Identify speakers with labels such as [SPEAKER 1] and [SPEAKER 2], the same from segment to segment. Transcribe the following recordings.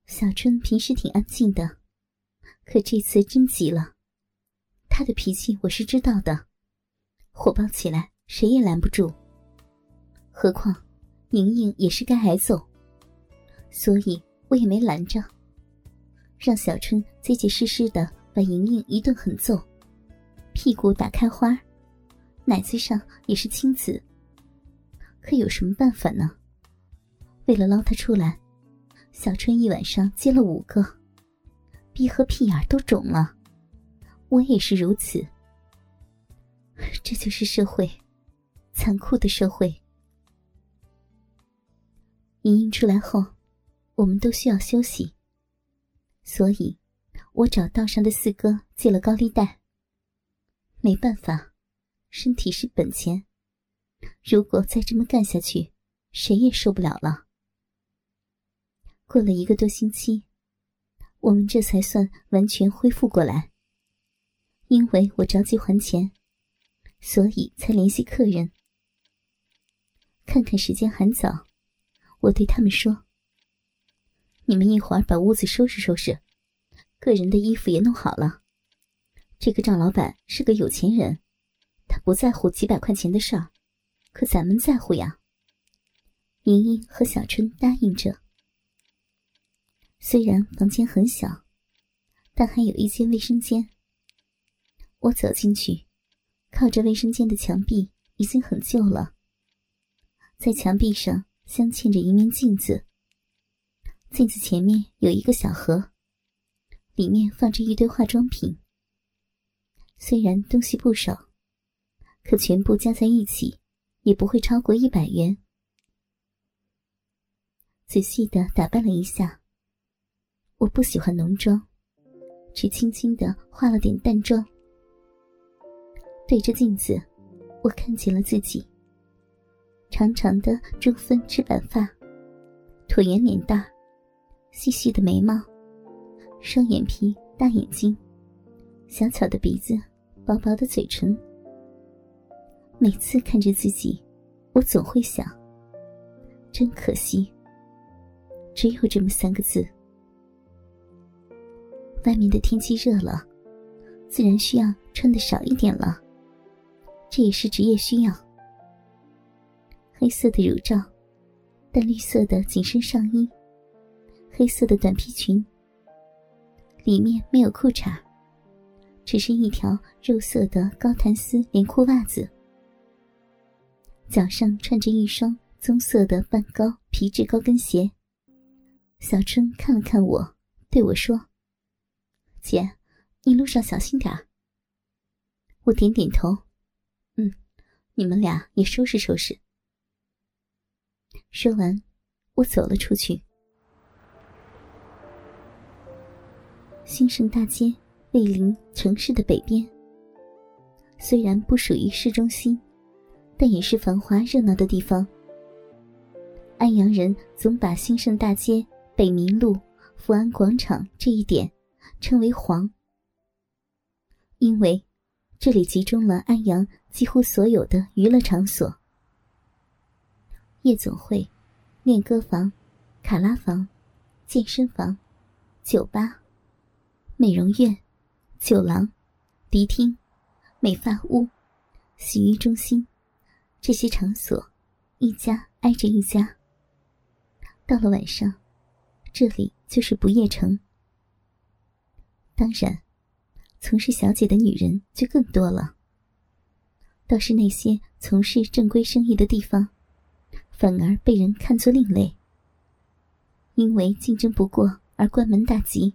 [SPEAKER 1] 小春平时挺安静的，可这次真急了。她的脾气我是知道的，火爆起来谁也拦不住。何况莹莹也是该挨揍，所以我也没拦着，让小春结结实实的把莹莹一顿狠揍，屁股打开花，奶子上也是青紫。可有什么办法呢？为了捞她出来，小春一晚上接了5个，鼻和屁眼都肿了。我也是如此。这就是社会，残酷的社会。莹莹出来后，我们都需要休息，所以我找道上的4哥借了高利贷。没办法，身体是本钱，如果再这么干下去，谁也受不了了。过了1个多星期，我们这才算完全恢复过来。因为我着急还钱，所以才联系客人。看看时间还早，我对他们说：你们一会儿把屋子收拾收拾，个人的衣服也弄好了。这个赵老板是个有钱人，他不在乎几百块钱的事儿，可咱们在乎呀。莹莹和小春答应着。虽然房间很小，但还有一间卫生间。我走进去，靠着卫生间的墙壁已经很旧了，在墙壁上镶嵌着一面镜子，镜子前面有一个小盒，里面放着一堆化妆品。虽然东西不少，可全部加在一起也不会超过100元。仔细地打扮了一下，我不喜欢浓妆，只轻轻地化了点淡妆。对着镜子，我看见了自己，长长的中分直板发，椭圆脸蛋，细细的眉毛，双眼皮，大眼睛，小巧的鼻子，薄薄的嘴唇。每次看着自己，我总会想，真可惜，只有这么3个字。外面的天气热了，自然需要穿得少一点了，这也是职业需要。黑色的乳罩，淡绿色的紧身上衣，黑色的短皮裙，里面没有裤衩，只是一条肉色的高弹丝连裤袜子，脚上穿着一双棕色的半高皮质高跟鞋。小春看了看我，对我说：姐，你路上小心点儿。我点点头，你们俩也收拾收拾。说完，我走了出去。兴盛大街位临城市的北边，虽然不属于市中心，但也是繁华热闹的地方。安阳人总把兴盛大街、北民路、福安广场这一点称为黄，因为这里集中了安阳几乎所有的娱乐场所，夜总会、练歌房、卡拉房、健身房、酒吧、美容院、酒廊、迪厅、美发屋、洗浴中心，这些场所一家挨着一家。到了晚上，这里就是不夜城。当然，从事小姐的女人就更多了。倒是那些从事正规生意的地方，反而被人看作另类，因为竞争不过而关门大吉。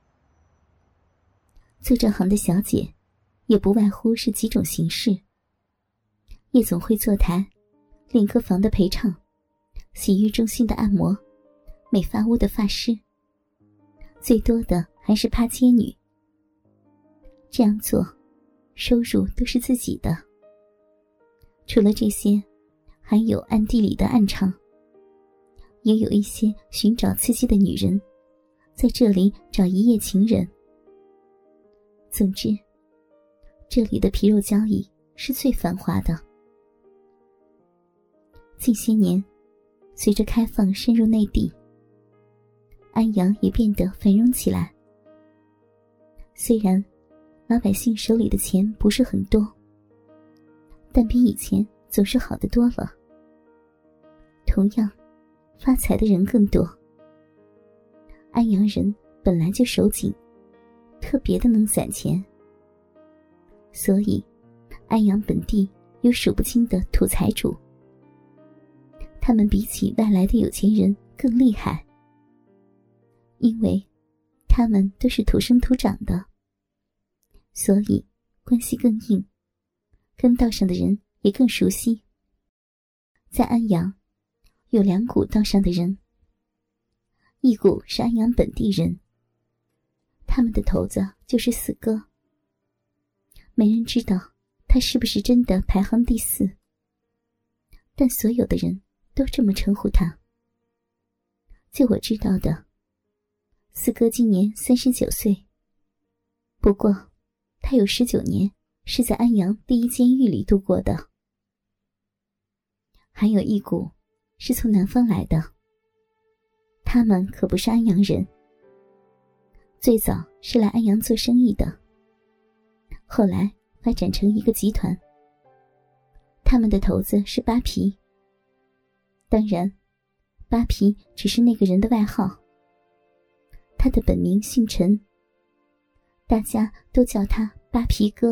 [SPEAKER 1] 做这行的小姐也不外乎是几种形式：夜总会坐台、练歌房的陪唱、洗浴中心的按摩、美发屋的发师，最多的还是趴街女。这样做，收入都是自己的。除了这些，还有暗地里的暗唱，也有一些寻找刺激的女人，在这里找一夜情人。总之，这里的皮肉交易是最繁华的。近些年，随着开放深入内地， 安阳也变得繁荣起来。虽然老百姓手里的钱不是很多，但比以前总是好得多了。同样，发财的人更多。安阳人本来就手紧，特别的能攒钱，所以安阳本地有数不清的土财主，他们比起外来的有钱人更厉害，因为他们都是土生土长的，所以关系更硬，跟道上的人也更熟悉。在安阳有2股道上的人，一股是安阳本地人，他们的头子就是四哥，没人知道他是不是真的排行第4，但所有的人都这么称呼他。就我知道的，四哥今年39岁，不过他有19年是在安阳第1监狱里度过的。还有一股是从南方来的，他们可不是安阳人，最早是来安阳做生意的，后来发展成一个集团。他们的头子是扒皮，当然扒皮只是那个人的外号，他的本名姓陈，大家都叫他扒皮哥。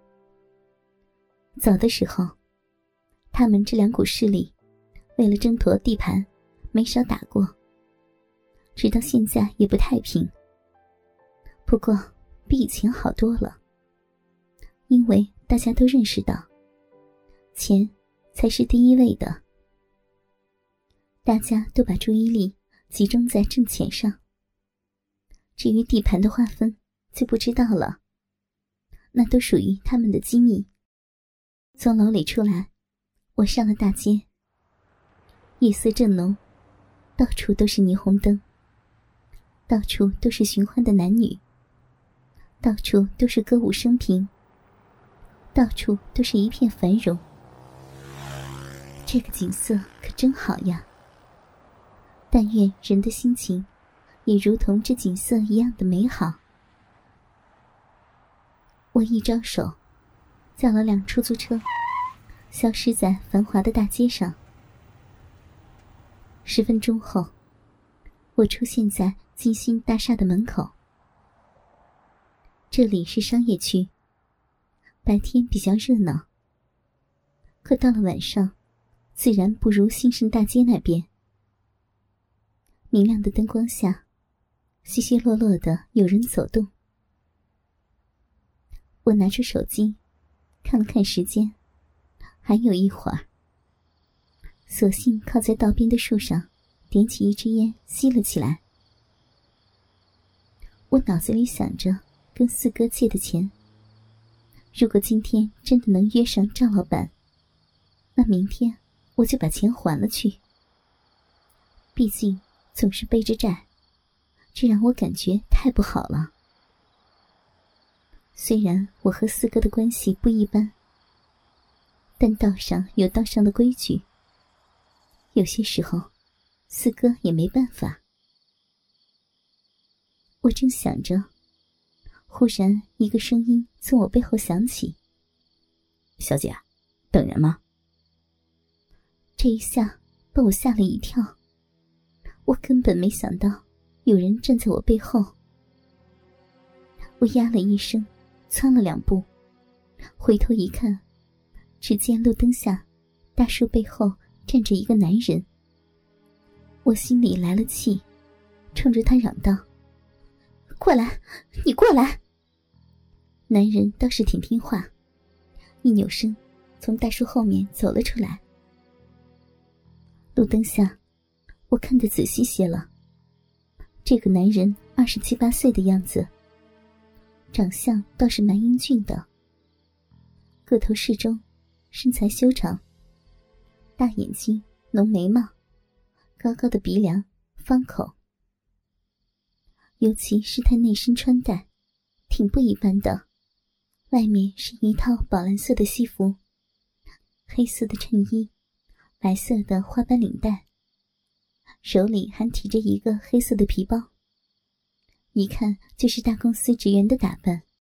[SPEAKER 1] 早的时候，他们这2股势力为了争夺地盘没少打过，直到现在也不太平。不过比以前好多了，因为大家都认识到钱才是第一位的，大家都把注意力集中在挣钱上。至于地盘的划分就不知道了，那都属于他们的机密。从楼里出来，我上了大街，夜色正浓，到处都是霓虹灯，到处都是寻欢的男女，到处都是歌舞升平，到处都是一片繁荣。这个景色可真好呀，但愿人的心情也如同这景色一样的美好。我一招手，叫了辆出租车，消失在繁华的大街上。10分钟后，我出现在金星大厦的门口。这里是商业区，白天比较热闹，可到了晚上，自然不如兴盛大街那边。明亮的灯光下，稀稀落落的有人走动。我拿出手机看了看时间，还有一会儿，索性靠在道边的树上点起一支烟吸了起来。我脑子里想着跟四哥借的钱，如果今天真的能约上赵老板，那明天我就把钱还了去。毕竟总是背着债，这让我感觉太不好了。虽然我和四哥的关系不一般，但道上有道上的规矩，有些时候四哥也没办法。我正想着，忽然一个声音从我背后响起：“小姐，等人吗？”这一下把我吓了一跳，我根本没想到有人站在我背后。我呀了一声，窜了2步，回头一看，只见路灯下大树背后站着一个男人。我心里来了气，冲着他嚷道：“过来，你过来！”男人倒是挺听话，一扭身从大树后面走了出来。路灯下我看得仔细些了，这个男人27、8岁的样子，长相倒是蛮英俊的，个头适中，身材修长，大眼睛，浓眉毛，高高的鼻梁，方口。尤其是他内身穿戴挺不一般的，外面是一套宝蓝色的西服，黑色的衬衣，白色的花斑领带， 手里还提着一个黑色的皮包，一看就是大公司职员的打扮。